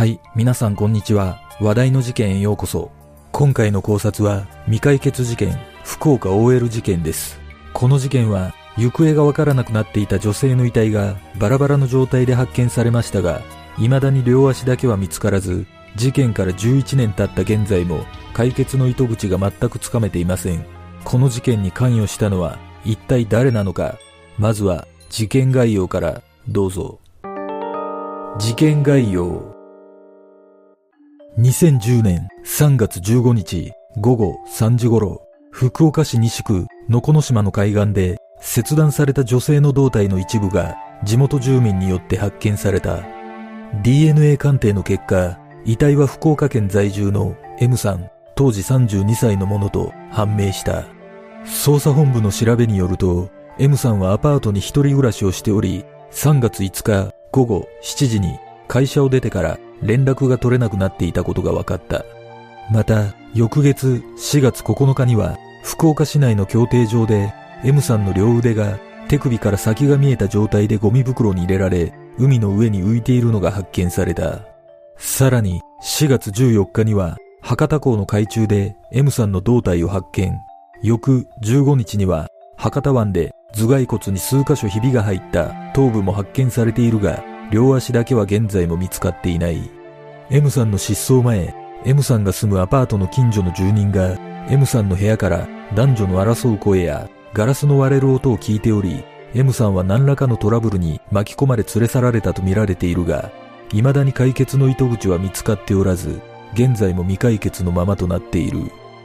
はい、皆さんこんにちは。話題の事件へようこそ。今回の考察は未解決事件、福岡 OL 事件です。この事件は行方がわからなくなっていた女性の遺体がバラバラの状態で発見されましたが、未だに両足だけは見つからず、事件から11年経った現在も解決の糸口が全くつかめていません。この事件に関与したのは一体誰なのか。まずは事件概要からどうぞ。事件概要。2010年3月15日午後3時頃、福岡市西区能古島の海岸で切断された女性の胴体の一部が地元住民によって発見された。 DNA 鑑定の結果、遺体は福岡県在住の M さん、当時32歳のものと判明した。捜査本部の調べによると、 M さんはアパートに一人暮らしをしており、3月5日午後7時に会社を出てから連絡が取れなくなっていたことが分かった。また翌月4月9日には福岡市内の競艇場で M さんの両腕が手首から先が見えた状態でゴミ袋に入れられ、海の上に浮いているのが発見された。さらに4月14日には博多港の海中で M さんの胴体を発見。翌15日には博多湾で頭蓋骨に数箇所ひびが入った頭部も発見されているが、両足だけは現在も見つかっていない。 M さんの失踪前、 M さんが住むアパートの近所の住人が M さんの部屋から男女の争う声やガラスの割れる音を聞いており、 M さんは何らかのトラブルに巻き込まれ連れ去られたと見られているが、未だに解決の糸口は見つかっておらず、現在も未解決のままとなっている。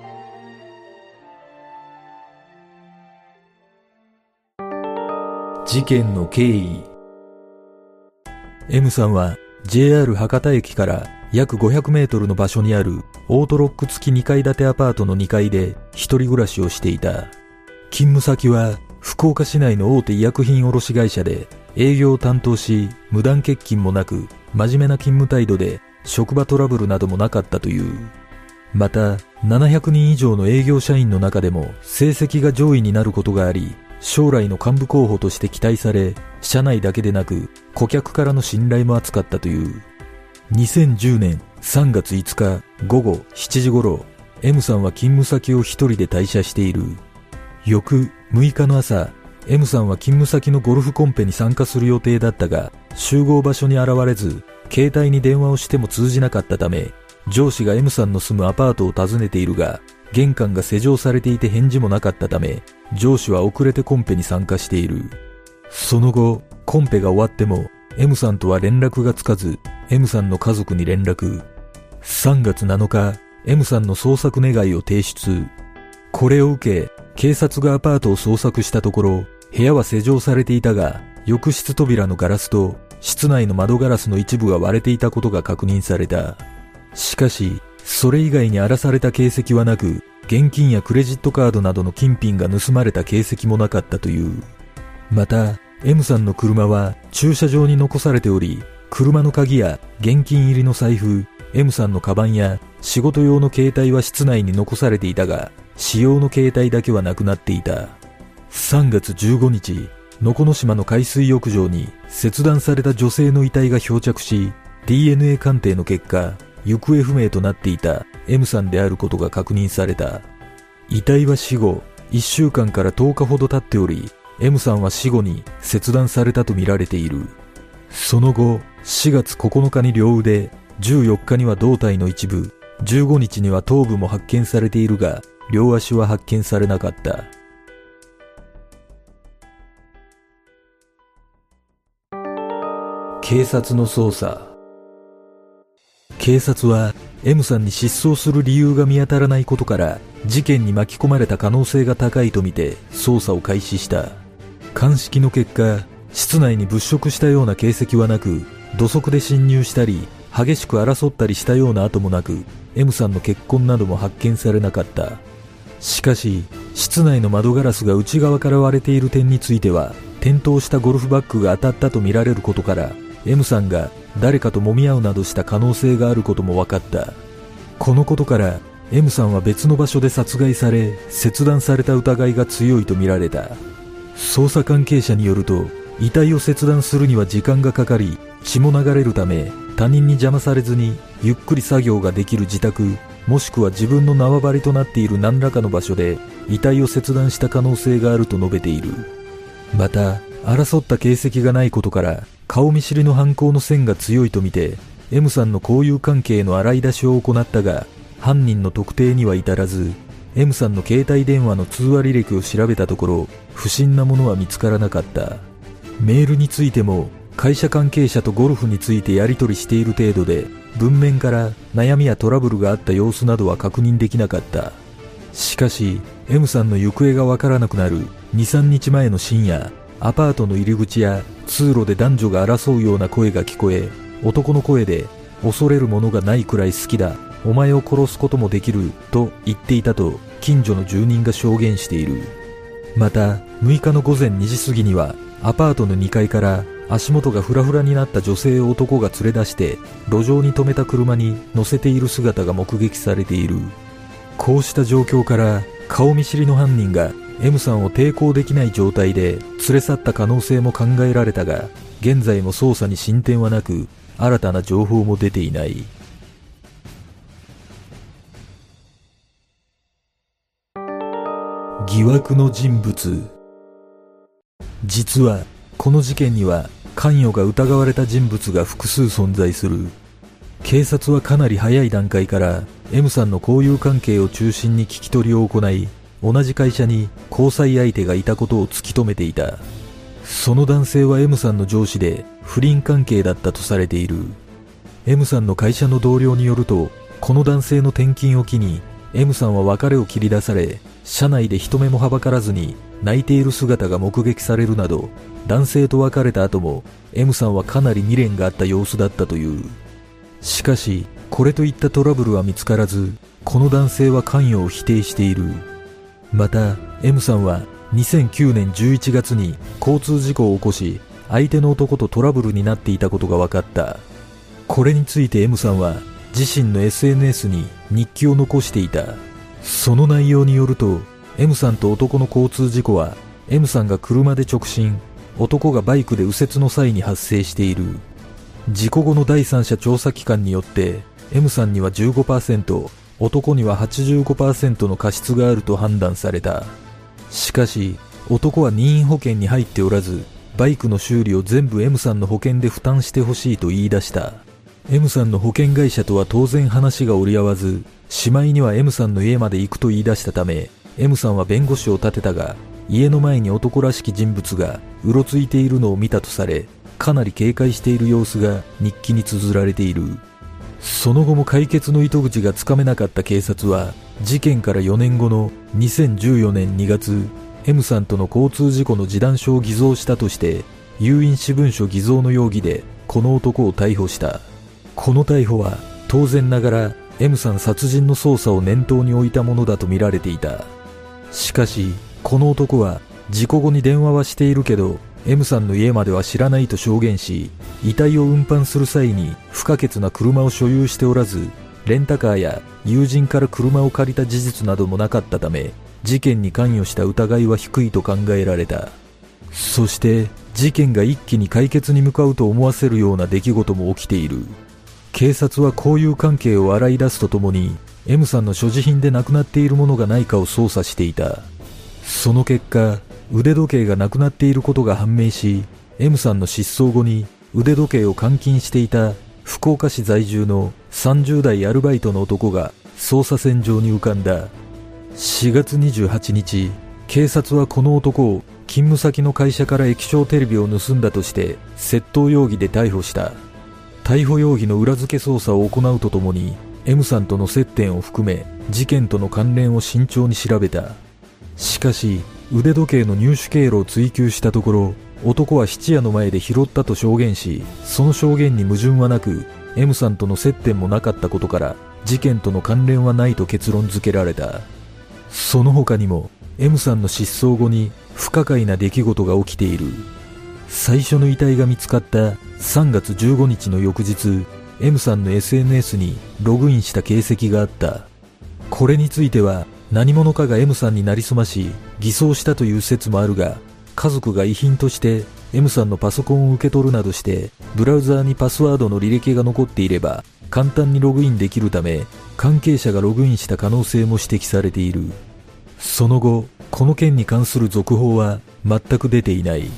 事件の経緯。 M さんは JR 博多駅から約500メートルの場所にあるオートロック付き2階建てアパートの2階で一人暮らしをしていた。勤務先は福岡市内の大手医薬品卸会社で営業を担当し、無断欠勤もなく真面目な勤務態度で職場トラブルなどもなかったという。また700人以上の営業社員の中でも成績が上位になることがあり、将来の幹部候補として期待され、社内だけでなく顧客からの信頼も厚かったという。2010年3月5日午後7時頃、 M さんは勤務先を一人で退社している。翌6日の朝、 M さんは勤務先のゴルフコンペに参加する予定だったが、集合場所に現れず、携帯に電話をしても通じなかったため、上司が M さんの住むアパートを訪ねているが、玄関が施錠されていて返事もなかったため、上司は遅れてコンペに参加している。その後、コンペが終わっても M さんとは連絡がつかず、 M さんの家族に連絡。3月7日、 M さんの捜索願いを提出。これを受け、警察がアパートを捜索したところ、部屋は施錠されていたが、浴室扉のガラスと室内の窓ガラスの一部が割れていたことが確認された。しかしそれ以外に荒らされた形跡はなく、現金やクレジットカードなどの金品が盗まれた形跡もなかったという。また M さんの車は駐車場に残されており、車の鍵や現金入りの財布、 M さんのカバンや仕事用の携帯は室内に残されていたが、私用の携帯だけはなくなっていた。3月15日、能古島の海水浴場に切断された女性の遺体が漂着し、 DNA 鑑定の結果、行方不明となっていた M さんであることが確認された。遺体は死後1週間から10日ほど経っており、 M さんは死後に切断されたとみられている。その後4月9日に両腕、14日には胴体の一部、15日には頭部も発見されているが、両足は発見されなかった。警察の捜査。警察は M さんに失踪する理由が見当たらないことから、事件に巻き込まれた可能性が高いとみて捜査を開始した。鑑識の結果、室内に物色したような形跡はなく、土足で侵入したり激しく争ったりしたような跡もなく、 M さんの血痕なども発見されなかった。しかし室内の窓ガラスが内側から割れている点については、転倒したゴルフバッグが当たったとみられることから、 M さんが誰かと揉み合うなどした可能性があることも分かった。このことから M さんは別の場所で殺害され、切断された疑いが強いとみられた。捜査関係者によると、遺体を切断するには時間がかかり、血も流れるため、 他人に邪魔されずにゆっくり作業ができる自宅、もしくは自分の縄張りとなっている何らかの場所で遺体を切断した可能性があると述べている。また、争った形跡がないことから顔見知りの犯行の線が強いとみて M さんの交友関係の洗い出しを行ったが、犯人の特定には至らず、M さんの携帯電話の通話履歴を調べたところ、不審なものは見つからなかった。メールについても、会社関係者とゴルフについてやり取りしている程度で、文面から悩みやトラブルがあった様子などは確認できなかった。しかし、M さんの行方がわからなくなる2、3日前の深夜、アパートの入り口や通路で男女が争うような声が聞こえ、男の声で、恐れるものがないくらい好きだ、お前を殺すこともできる、と言っていたと近所の住人が証言している。また、6日の午前2時過ぎには、アパートの2階から足元がフラフラになった女性を男が連れ出して、路上に止めた車に乗せている姿が目撃されている。こうした状況から、顔見知りの犯人が M さんを抵抗できない状態で連れ去った可能性も考えられたが、現在も捜査に進展はなく、新たな情報も出ていない。疑惑の人物。実はこの事件には関与が疑われた人物が複数存在する。警察はかなり早い段階から M さんの交友関係を中心に聞き取りを行い、同じ会社に交際相手がいたことを突き止めていた。その男性は M さんの上司で不倫関係だったとされている。 M さんの会社の同僚によると、この男性の転勤を機に M さんは別れを切り出され、車内で人目もはばからずに泣いている姿が目撃されるなど、男性と別れた後も M さんはかなり未練があった様子だったという。しかし、これといったトラブルは見つからず、この男性は関与を否定している。また、M さんは2009年11月に交通事故を起こし、相手の男とトラブルになっていたことが分かった。これについて M さんは自身の SNS に日記を残していた。その内容によると、M さんと男の交通事故は M さんが車で直進、男がバイクで右折の際に発生している。事故後の第三者調査機関によって M さんには 15%、男には 85% の過失があると判断された。しかし、男は任意保険に入っておらず、バイクの修理を全部 M さんの保険で負担してほしいと言い出した。M さんの保険会社とは当然話が折り合わず、しまいには M さんの家まで行くと言い出したため、M さんは弁護士を立てたが、家の前に男らしき人物がうろついているのを見たとされ、かなり警戒している様子が日記に綴られている。その後も解決の糸口がつかめなかった警察は、事件から4年後の2014年2月、M さんとの交通事故の示談書を偽造したとして、有印私文書偽造の容疑でこの男を逮捕した。この逮捕は当然ながら M さん殺人の捜査を念頭に置いたものだと見られていた。しかし、この男は事故後に電話はしているけど M さんの家までは知らないと証言し、遺体を運搬する際に不可欠な車を所有しておらず、レンタカーや友人から車を借りた事実などもなかったため、事件に関与した疑いは低いと考えられた。そして事件が一気に解決に向かうと思わせるような出来事も起きている。警察は交友関係を洗い出すとともに M さんの所持品でなくなっているものがないかを捜査していた。その結果、腕時計がなくなっていることが判明し、 M さんの失踪後に腕時計を換金していた福岡市在住の30代アルバイトの男が捜査線上に浮かんだ。4月28日、警察はこの男を勤務先の会社から液晶テレビを盗んだとして窃盗容疑で逮捕した。逮捕容疑の裏付け捜査を行うとともに M さんとの接点を含め事件との関連を慎重に調べた。しかし、腕時計の入手経路を追求したところ、男は質屋の前で拾ったと証言し、その証言に矛盾はなく M さんとの接点もなかったことから事件との関連はないと結論付けられた。その他にも M さんの失踪後に不可解な出来事が起きている。最初の遺体が見つかった3月15日の翌日、M さんの SNS にログインした形跡があった。これについては何者かが M さんになりすまし偽装したという説もあるが、家族が遺品として M さんのパソコンを受け取るなどして、ブラウザーにパスワードの履歴が残っていれば、簡単にログインできるため、関係者がログインした可能性も指摘されている。その後、この件に関する続報は全く出ていない。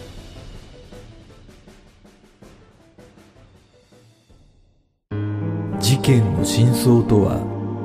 事件の真相とは。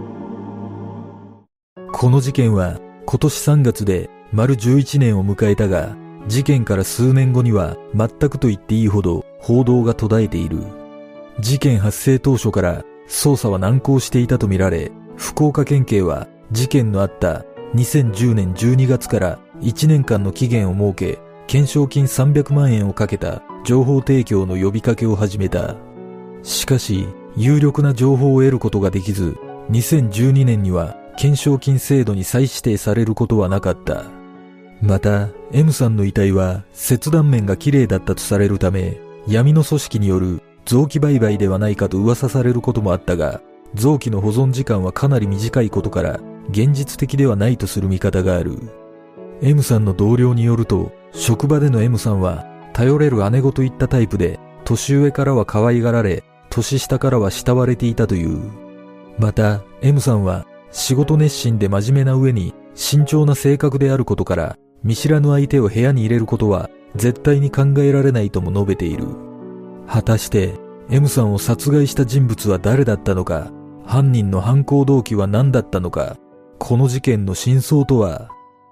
この事件は今年3月で丸11年を迎えたが、事件から数年後には全くと言っていいほど報道が途絶えている。事件発生当初から捜査は難航していたとみられ、福岡県警は事件のあった2010年12月から1年間の期限を設け、懸賞金300万円をかけた情報提供の呼びかけを始めた。しかし、有力な情報を得ることができず、2012年には懸賞金制度に再指定されることはなかった。また、M さんの遺体は切断面が綺麗だったとされるため、闇の組織による臓器売買ではないかと噂されることもあったが、臓器の保存時間はかなり短いことから、現実的ではないとする見方がある。M さんの同僚によると、職場での M さんは、頼れる姉子といったタイプで、年上からは可愛がられ、年下からは慕われていたという。また、M さんは、仕事熱心で真面目な上に、慎重な性格であることから、見知らぬ相手を部屋に入れることは、絶対に考えられないとも述べている。果たして、M さんを殺害した人物は誰だったのか、犯人の犯行動機は何だったのか、この事件の真相とは。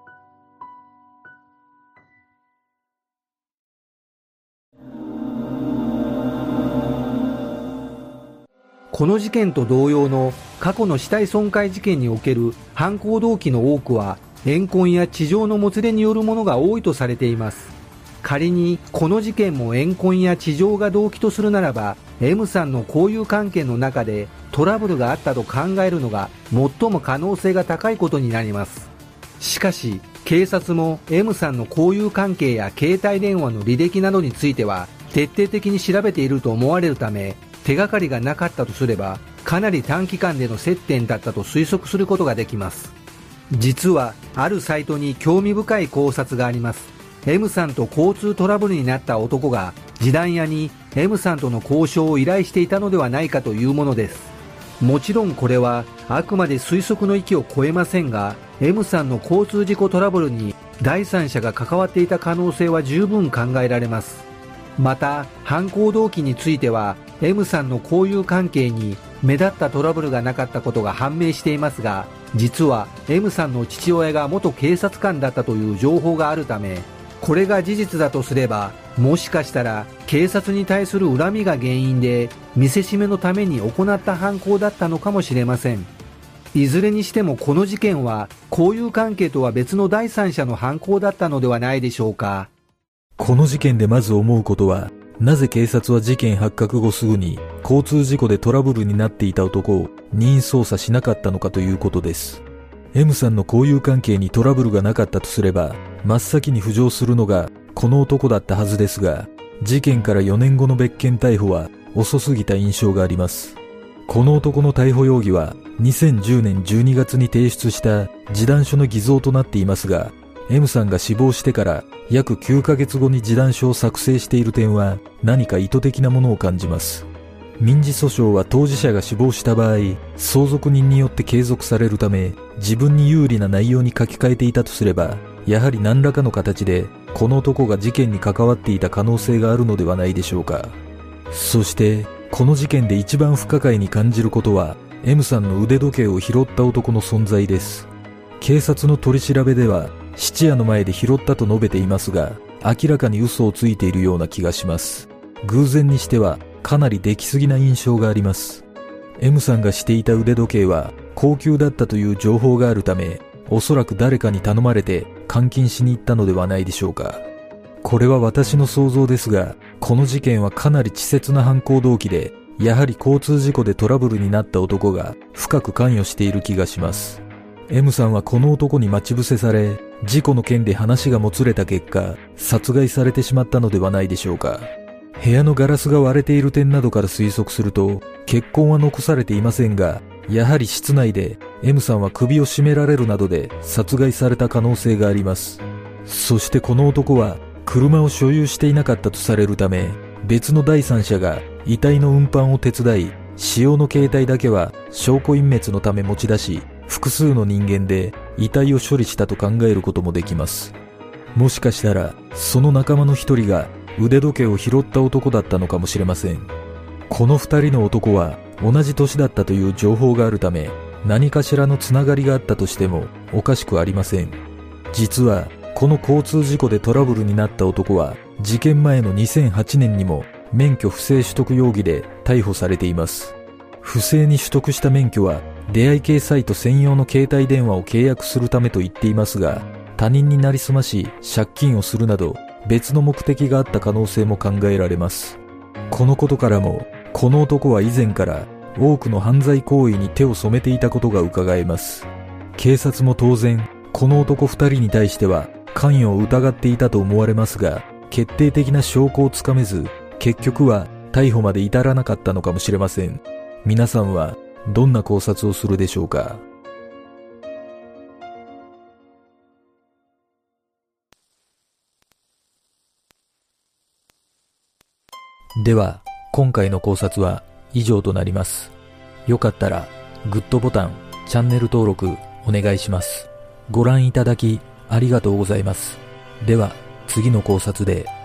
この事件と同様の過去の死体損壊事件における犯行動機の多くは怨恨や痴情のもつれによるものが多いとされています。仮にこの事件も怨恨や痴情が動機とするならば、 M さんの交友関係の中でトラブルがあったと考えるのが最も可能性が高いことになります。しかし警察も M さんの交友関係や携帯電話の履歴などについては徹底的に調べていると思われるため、手がかりがなかったとすればかなり短期間での接点だったと推測することができます。実はあるサイトに興味深い考察があります。 M さんと交通トラブルになった男が示談屋に M さんとの交渉を依頼していたのではないかというものです。もちろんこれはあくまで推測の域を超えませんが、 M さんの交通事故トラブルに第三者が関わっていた可能性は十分考えられます。また犯行動機については M さんの交友関係に目立ったトラブルがなかったことが判明していますが、実は M さんの父親が元警察官だったという情報があるため、これが事実だとすれば、もしかしたら警察に対する恨みが原因で見せしめのために行った犯行だったのかもしれません。いずれにしてもこの事件は交友関係とは別の第三者の犯行だったのではないでしょうか。 この事件でまず思うことは、なぜ警察は事件発覚後すぐに交通事故でトラブルになっていた男を任意捜査しなかったのかということです。M さんの交友関係にトラブルがなかったとすれば、真っ先に浮上するのがこの男だったはずですが、事件から4年後の別件逮捕は遅すぎた印象があります。この男の逮捕容疑は2010年12月に提出した示談書の偽造となっていますが、M さんが死亡してから約9ヶ月後に示談書を作成している点は何か意図的なものを感じます。民事訴訟は当事者が死亡した場合、相続人によって継続されるため、自分に有利な内容に書き換えていたとすれば、やはり何らかの形でこの男が事件に関わっていた可能性があるのではないでしょうか。そしてこの事件で一番不可解に感じることは、 M さんの腕時計を拾った男の存在です。警察の取り調べでは質屋の前で拾ったと述べていますが、明らかに嘘をついているような気がします。偶然にしてはかなり出来すぎな印象があります。 M さんがしていた腕時計は高級だったという情報があるため、おそらく誰かに頼まれて換金しに行ったのではないでしょうか。これは私の想像ですが、この事件はかなり稚拙な犯行動機で、やはり交通事故でトラブルになった男が深く関与している気がします。M さんはこの男に待ち伏せされ、事故の件で話がもつれた結果、殺害されてしまったのではないでしょうか。部屋のガラスが割れている点などから推測すると、血痕は残されていませんが、やはり室内で M さんは首を絞められるなどで殺害された可能性があります。そしてこの男は車を所有していなかったとされるため、別の第三者が遺体の運搬を手伝い、使用の携帯だけは証拠隠滅のため持ち出し、複数の人間で遺体を処理したと考えることもできます。もしかしたら、その仲間の一人が腕時計を拾った男だったのかもしれません。この二人の男は同じ年だったという情報があるため、何かしらのつながりがあったとしてもおかしくありません。実は、この交通事故でトラブルになった男は、事件前の2008年にも免許不正取得容疑で逮捕されています。不正に取得した免許は、出会い系サイト専用の携帯電話を契約するためと言っていますが、他人になりすまし借金をするなど別の目的があった可能性も考えられます。このことからも、この男は以前から多くの犯罪行為に手を染めていたことが伺えます。警察も当然、この男二人に対しては関与を疑っていたと思われますが、決定的な証拠をつかめず、結局は逮捕まで至らなかったのかもしれません。皆さんはどんな考察をするでしょうか。では、今回の考察は以上となります。よかったらグッドボタン、チャンネル登録お願いします。ご覧いただきありがとうございます。では、次の考察で